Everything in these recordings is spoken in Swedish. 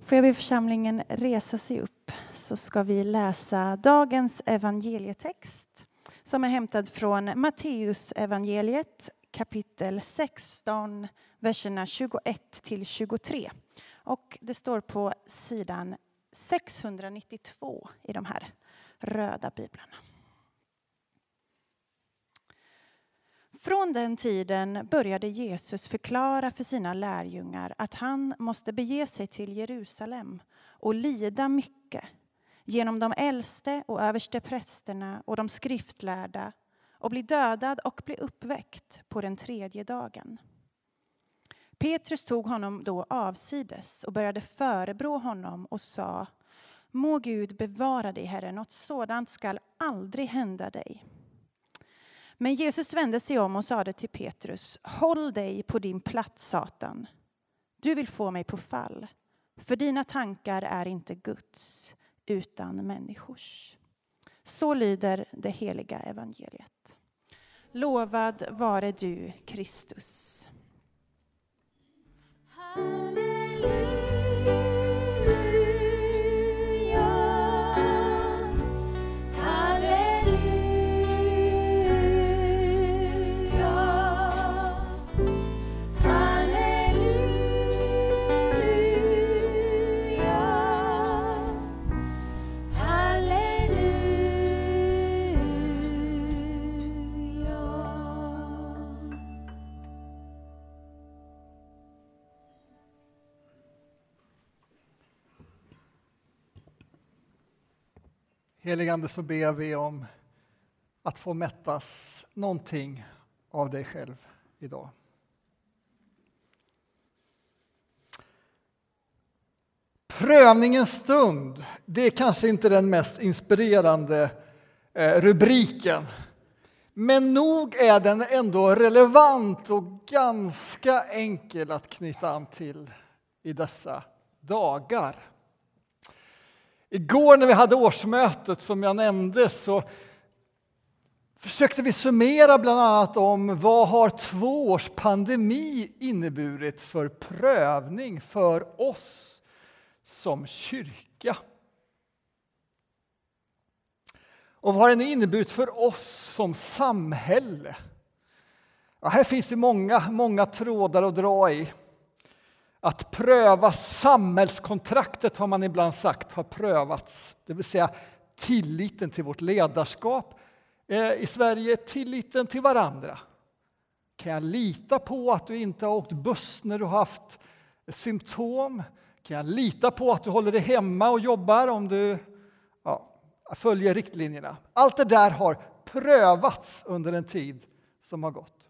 Får jag be församlingen resa sig upp, så ska vi läsa dagens evangelietext som är hämtad från Matteus evangeliet kapitel 16, verserna 21 till 23. Och det står på sidan 692 i de här röda biblarna. Från den tiden började Jesus förklara för sina lärjungar att han måste bege sig till Jerusalem och lida mycket genom de äldste och översteprästerna och de skriftlärda och bli dödad och bli uppväckt på den 3:e dagen. Petrus tog honom då avsides och började förebrå honom och sa: Må Gud bevara dig, Herre, något sådant skall aldrig hända dig. Men Jesus vände sig om och sade till Petrus: Håll dig på din plats, Satan. Du vill få mig på fall, för dina tankar är inte Guds utan människors. Så lyder det heliga evangeliet. Lovad vare du, Kristus. Halleluja. Helige Ande, så ber vi om att få mättas någonting av dig själv idag. Prövningens stund, det är kanske inte den mest inspirerande rubriken. Men nog är den ändå relevant och ganska enkel att knyta an till i dessa dagar. Igår när vi hade årsmötet, som jag nämnde, så försökte vi summera bland annat om vad har 2 års pandemi inneburit för prövning för oss som kyrka. Och vad har den inneburit för oss som samhälle? Ja, här finns ju många trådar att dra i. Att pröva samhällskontraktet har man ibland sagt har prövats. Det vill säga tilliten till vårt ledarskap i Sverige, tilliten till varandra. Kan jag lita på att du inte har åkt buss när du har haft symptom? Kan jag lita på att du håller dig hemma och jobbar om du följer riktlinjerna? Allt det där har prövats under en tid som har gått.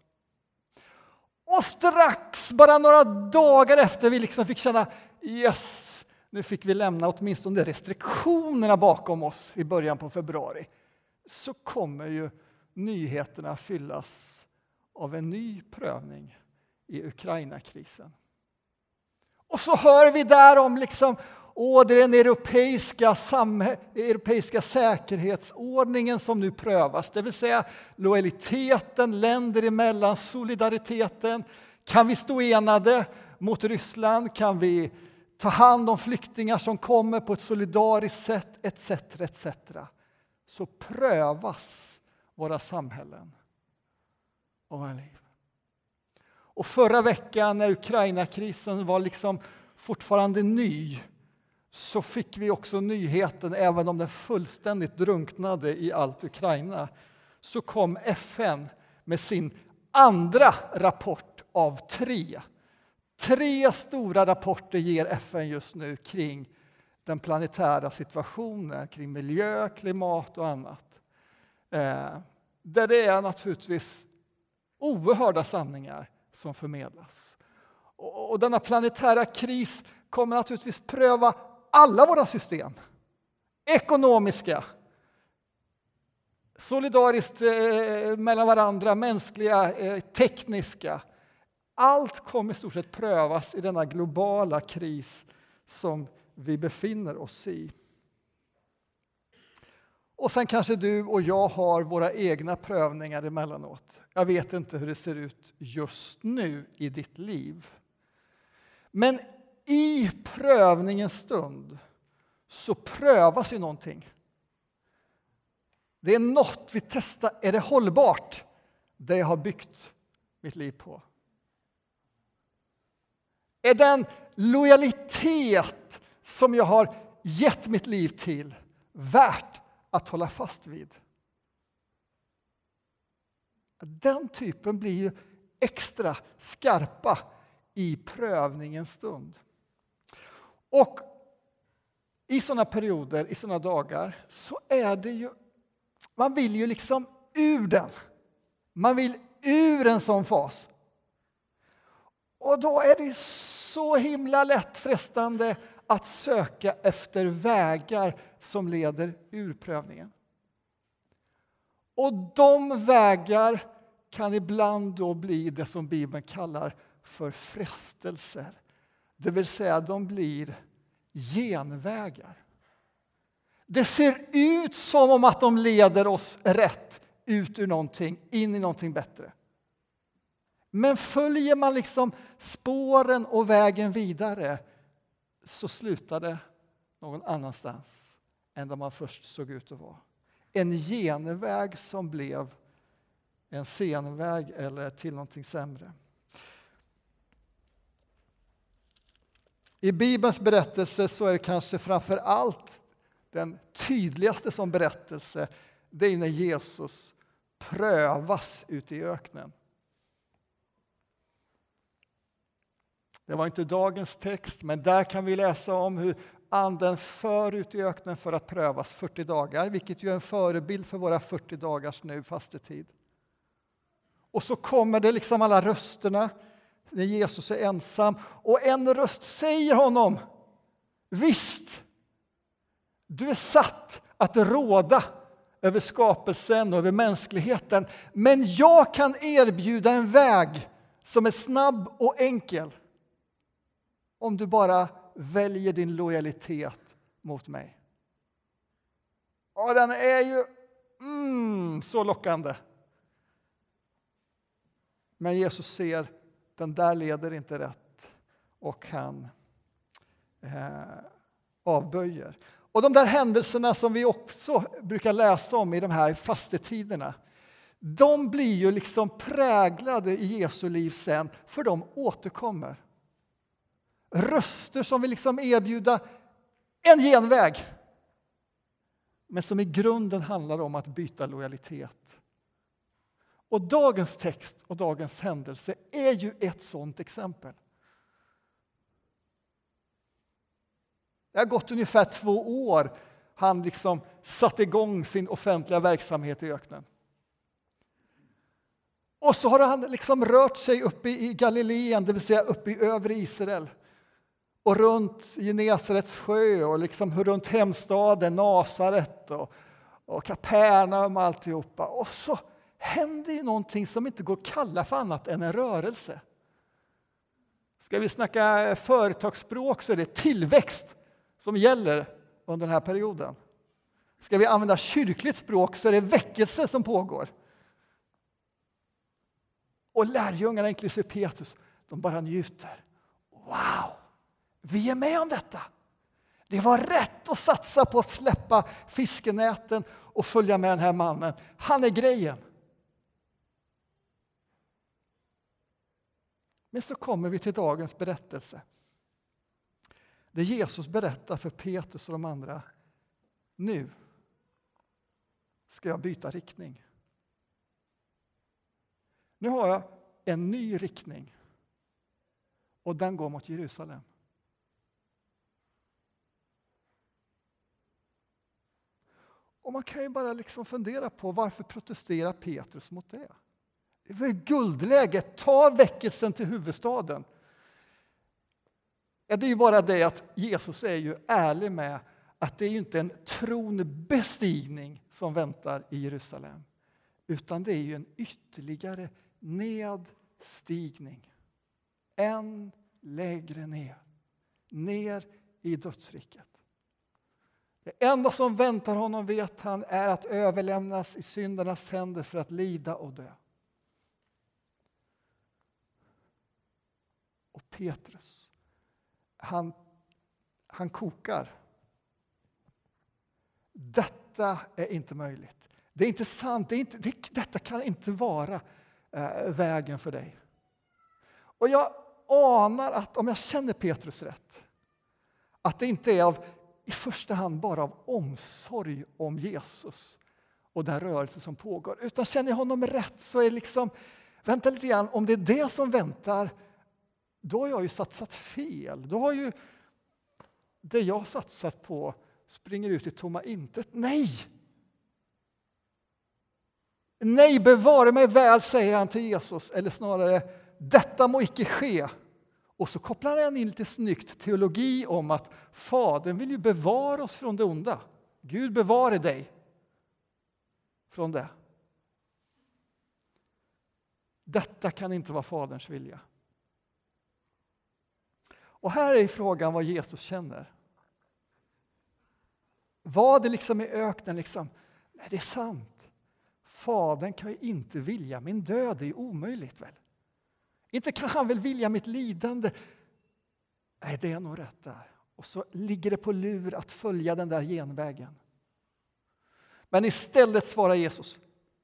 Och strax, bara några dagar efter vi liksom fick känna, yes, nu fick vi lämna åtminstone restriktionerna bakom oss i början på februari, så kommer ju nyheterna fyllas av en ny prövning i Ukraina-krisen. Och så hör vi där om liksom, det är den europeiska säkerhetsordningen som nu prövas. Det vill säga lojaliteten, länder emellan, solidariteten. Kan vi stå enade mot Ryssland? Kan vi ta hand om flyktingar som kommer på ett solidariskt sätt? Etc. Så prövas våra samhällen och våra liv. Och förra veckan när Ukraina-krisen var liksom fortfarande ny, så fick vi också nyheten, även om den fullständigt drunknade i allt Ukraina, så kom FN med sin andra rapport av 3. 3 stora rapporter ger FN just nu kring den planetära situationen, kring miljö, klimat och annat. Där det är naturligtvis oerhörda sanningar som förmedlas. Och denna planetära kris kommer naturligtvis pröva alla våra system. Ekonomiska, solidariskt mellan varandra, mänskliga, tekniska. Allt kommer i stort sett prövas i denna globala kris som vi befinner oss i. Och sen kanske du och jag har våra egna prövningar emellanåt. Jag vet inte hur det ser ut just nu i ditt liv. Men i prövningens stund så prövas ju någonting. Det är något vi testar. Är det hållbart? Det jag har byggt mitt liv på. Är den lojalitet som jag har gett mitt liv till värt att hålla fast vid? Den typen blir ju extra skarpa i prövningens stund. Och i sådana perioder, i sådana dagar, så är det ju, man vill ju liksom ur den. Man vill ur en sån fas. Och då är det så himla lätt frestande att söka efter vägar som leder ur prövningen. Och de vägar kan ibland då bli det som Bibeln kallar för frestelser. Det vill säga de blir genvägar. Det ser ut som om att de leder oss rätt ut ur någonting, in i någonting bättre. Men följer man liksom spåren och vägen vidare så slutar det någon annanstans än där man först såg ut att vara. En genväg som blev en senväg eller till någonting sämre. I Bibelns berättelse så är det kanske framför allt den tydligaste som berättelse, det är när Jesus prövas ute i öknen. Det var inte dagens text, men där kan vi läsa om hur anden för ut i öknen för att prövas 40 dagar, vilket ju är en förebild för våra 40 dagars nu fastetid. Och så kommer det liksom alla rösterna när Jesus är ensam. Och en röst säger honom: visst, du är satt att råda över skapelsen och över mänskligheten. Men jag kan erbjuda en väg som är snabb och enkel. Om du bara väljer din lojalitet mot mig. Och den är ju så lockande. Men Jesus ser, den där leder inte rätt. Och han avböjer. Och de där händelserna som vi också brukar läsa om i de här fastetiderna, de blir ju liksom präglade i Jesu liv sen, för de återkommer. Röster som vill liksom erbjuda en genväg, men som i grunden handlar om att byta lojalitet. Och dagens text och dagens händelse är ju ett sådant exempel. Det har gått ungefär 2 år. Han liksom satte igång sin offentliga verksamhet i öknen. Och så har han liksom rört sig uppe i Galileen, det vill säga uppe i övre Israel. Och runt Genesarets sjö och liksom runt hemstaden Nasaret och Kapernaum och alltihopa. Och så händer ju någonting som inte går att kalla för annat än en rörelse. Ska vi snacka företagsspråk så är det tillväxt som gäller under den här perioden. Ska vi använda kyrkligt språk så är det väckelse som pågår. Och lärjungarna, inklusive Petrus, de bara njuter. Wow, vi är med om detta. Det var rätt att satsa på att släppa fiskenäten och följa med den här mannen. Han är grejen. Men så kommer vi till dagens berättelse. Det Jesus berättar för Petrus och de andra. Nu ska jag byta riktning. Nu har jag en ny riktning. Och den går mot Jerusalem. Och man kan ju bara liksom fundera på varför protesterar Petrus mot det? Det var guldläge. Ta väckelsen till huvudstaden. Ja, det är ju bara det att Jesus är ju ärlig med att det är ju inte en tronbestigning som väntar i Jerusalem. Utan det är ju en ytterligare nedstigning. En lägre ner. Ner i dödsriket. Det enda som väntar honom, vet han, är att överlämnas i syndarnas händer för att lida och dö. Och Petrus han kokar. Detta är inte möjligt. Det är inte sant. Detta kan inte vara vägen för dig. Och jag anar att om jag känner Petrus rätt, att det inte är i första hand bara av omsorg om Jesus och den rörelse som pågår, utan känner jag honom rätt så är det liksom, vänta lite grann, om det är det som väntar, då har jag ju satsat fel. Då har ju det jag satsat på springer ut i tomma intet. Nej, bevare mig väl, säger han till Jesus, eller snarare, detta må icke ske. Och så kopplar han in lite snyggt teologi om att Fadern vill ju bevara oss från det onda. Gud bevare dig från det. Detta kan inte vara Faderns vilja. Och här är frågan vad Jesus känner. Var det liksom i öknen liksom, nej det är sant. Fadern kan ju inte vilja min död, det är omöjligt väl. Inte kan han väl vilja mitt lidande. Nej, det är nog rätt där. Och så ligger det på lur att följa den där genvägen. Men istället svarar Jesus.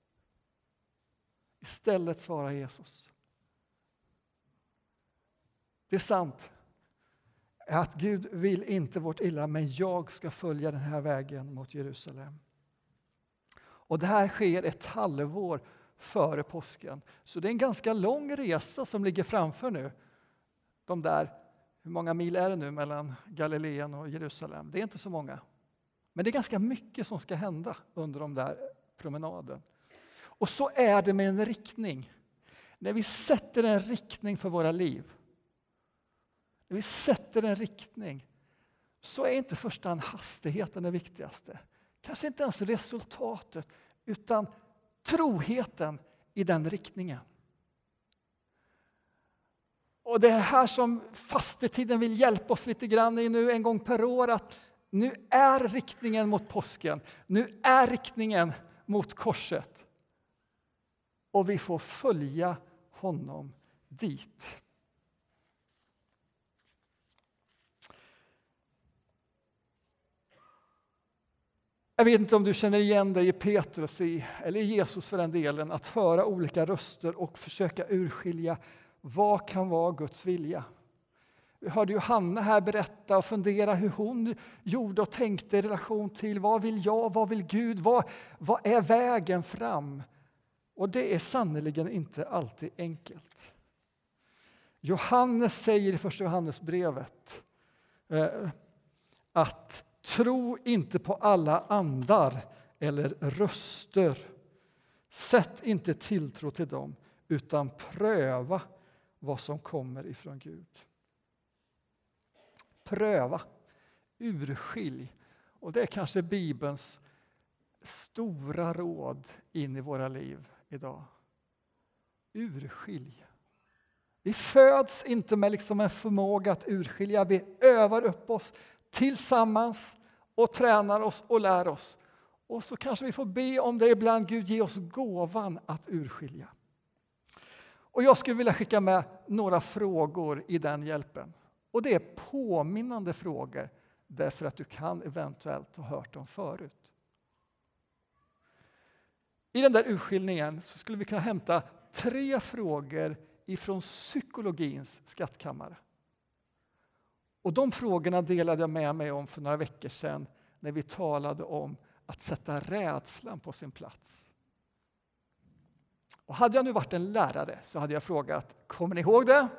Det är sant att Gud vill inte vårt illa, men jag ska följa den här vägen mot Jerusalem. Och det här sker ett halvår före påsken. Så det är en ganska lång resa som ligger framför nu. Hur många mil är det nu mellan Galileen och Jerusalem? Det är inte så många. Men det är ganska mycket som ska hända under de där promenaden. Och så är det med en riktning. När vi sätter en riktning för våra liv, när vi sätter en riktning, så är inte första hand hastigheten det viktigaste. Kanske inte ens resultatet, utan troheten i den riktningen. Och det är här som fastetiden vill hjälpa oss lite grann i nu en gång per år, att nu är riktningen mot påsken. Nu är riktningen mot korset. Och vi får följa honom dit. Jag vet inte om du känner igen dig i Petrus eller i Jesus för den delen, att höra olika röster och försöka urskilja vad kan vara Guds vilja. Vi hörde Johanna här berätta och fundera hur hon gjorde och tänkte i relation till vad vill jag, vad vill Gud, vad är vägen fram? Och det är sannoliken inte alltid enkelt. Johannes säger i första Johannesbrevet att tro inte på alla andar eller röster. Sätt inte tilltro till dem, utan pröva vad som kommer ifrån Gud. Pröva, urskilj. Och det är kanske Bibelns stora råd in i våra liv idag. Urskilj. Vi föds inte med liksom en förmåga att urskilja. Vi övar upp oss tillsammans och tränar oss och lär oss. Och så kanske vi får be om det ibland. Gud, ge oss gåvan att urskilja. Och jag skulle vilja skicka med några frågor i den hjälpen. Och det är påminnande frågor, därför att du kan eventuellt ha hört dem förut. I den där urskiljningen så skulle vi kunna hämta 3 frågor ifrån psykologins skattkammare. Och de frågorna delade jag med mig om för några veckor sedan när vi talade om att sätta rädslan på sin plats. Och hade jag nu varit en lärare så hade jag frågat, kommer ni ihåg det?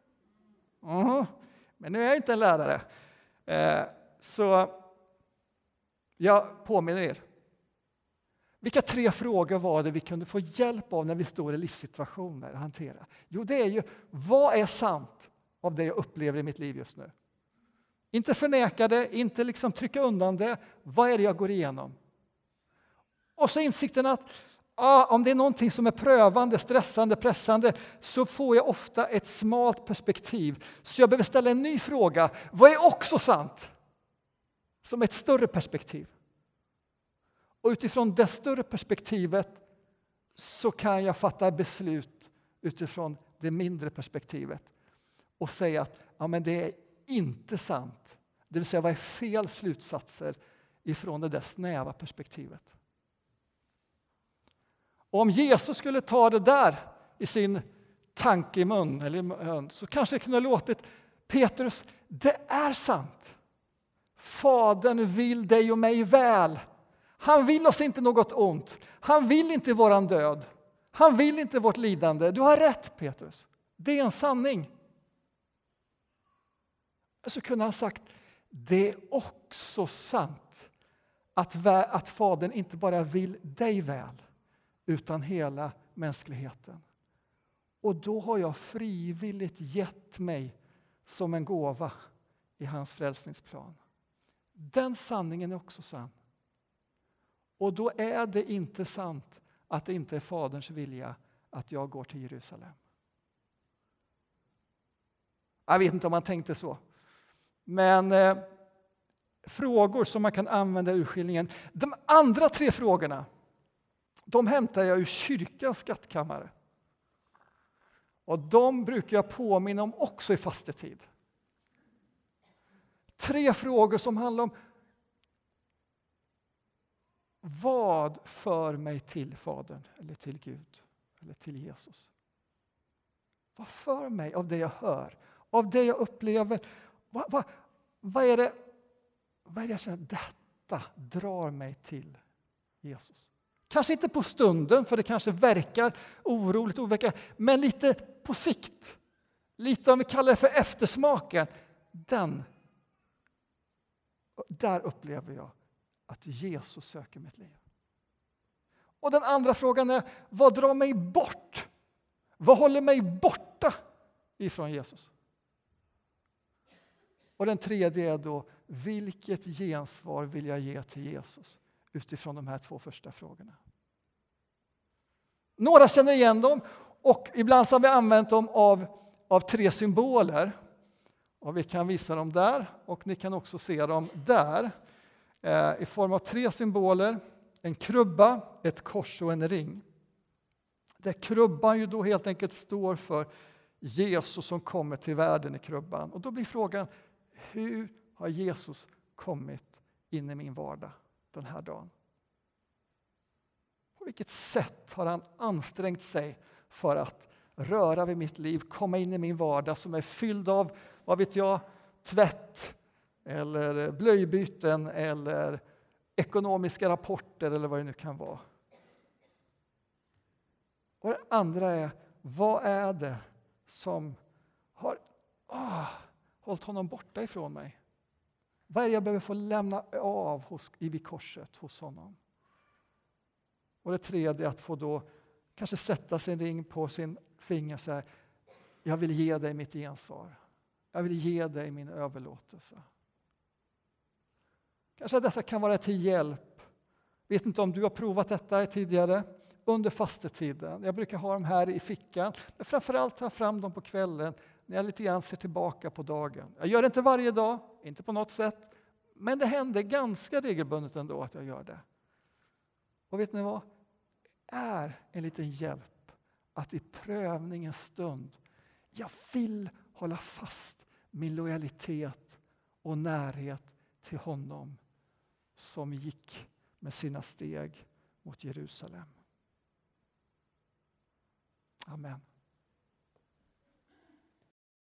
Men nu är jag inte en lärare. Så jag påminner er. Vilka 3 frågor var det vi kunde få hjälp av när vi står i livssituationer att hantera? Jo, det är ju, vad är sant av det jag upplever i mitt liv just nu? Inte förneka det, inte liksom trycka undan det. Vad är det jag går igenom? Och så insikten att om det är någonting som är prövande, stressande, pressande, så får jag ofta ett smalt perspektiv. Så jag behöver ställa en ny fråga. Vad är också sant? Som ett större perspektiv. Och utifrån det större perspektivet så kan jag fatta beslut utifrån det mindre perspektivet. Och säga att men det är inte sant? Det vill säga, vad är fel slutsatser ifrån det där snäva perspektivet? Och om Jesus skulle ta det där i sin tankemun eller så kanske det kunde ha låtit Petrus, det är sant. Fadern vill dig och mig väl. Han vill oss inte något ont. Han vill inte våran död. Han vill inte vårt lidande. Du har rätt, Petrus. Det är en sanning. Så kunde han sagt, det är också sant att Fadern inte bara vill dig väl, utan hela mänskligheten. Och då har jag frivilligt gett mig som en gåva i hans frälsningsplan. Den sanningen är också sann. Och då är det inte sant att det inte är Faderns vilja att jag går till Jerusalem. Jag vet inte om man tänkte så. Men frågor som man kan använda i urskiljningen. De andra 3 frågorna, de hämtar jag ur kyrkans skattkammare. Och de brukar jag påminna om också i fastetid. 3 frågor som handlar om vad för mig till Fadern eller till Gud eller till Jesus? Vad för mig av det jag hör, av det jag upplever? Vad är det jag känner? Detta drar mig till Jesus. Kanske inte på stunden, för det kanske verkar oroligt, oväckande, men lite på sikt. Lite om vi kallar det för eftersmaken. Där upplever jag att Jesus söker mitt liv. Och den andra frågan är, vad drar mig bort? Vad håller mig borta ifrån Jesus? Och den tredje är då, vilket gensvar vill jag ge till Jesus utifrån de här 2 första frågorna? Några känner igen dem, och ibland så har vi använt dem av 3 symboler. Och vi kan visa dem där, och ni kan också se dem där. I form av 3 symboler, en krubba, ett kors och en ring. Där krubban ju då helt enkelt står för Jesus som kommer till världen i krubban. Och då blir frågan, hur har Jesus kommit in i min vardag den här dagen? På vilket sätt har han ansträngt sig för att röra vid mitt liv, komma in i min vardag som är fylld av, vad vet jag, tvätt eller blöjbyten eller ekonomiska rapporter eller vad det nu kan vara. Och det andra är, vad är det som har hållit honom borta ifrån mig? Vad är det jag behöver få lämna av vid korset hos honom? Och det tredje är att få då kanske sätta sin ring på sin finger och säga, jag vill ge dig mitt gensvar. Jag vill ge dig min överlåtelse. Kanske detta kan vara till hjälp. Vet inte om du har provat detta tidigare under fastetiden. Jag brukar ha dem här i fickan. Men framförallt tar jag fram dem på kvällen när jag lite grann ser tillbaka på dagen. Jag gör det inte varje dag, inte på något sätt. Men det händer ganska regelbundet ändå att jag gör det. Och vet ni vad? Det är en liten hjälp att i prövningens stund, jag vill hålla fast min lojalitet och närhet till honom som gick med sina steg mot Jerusalem. Amen.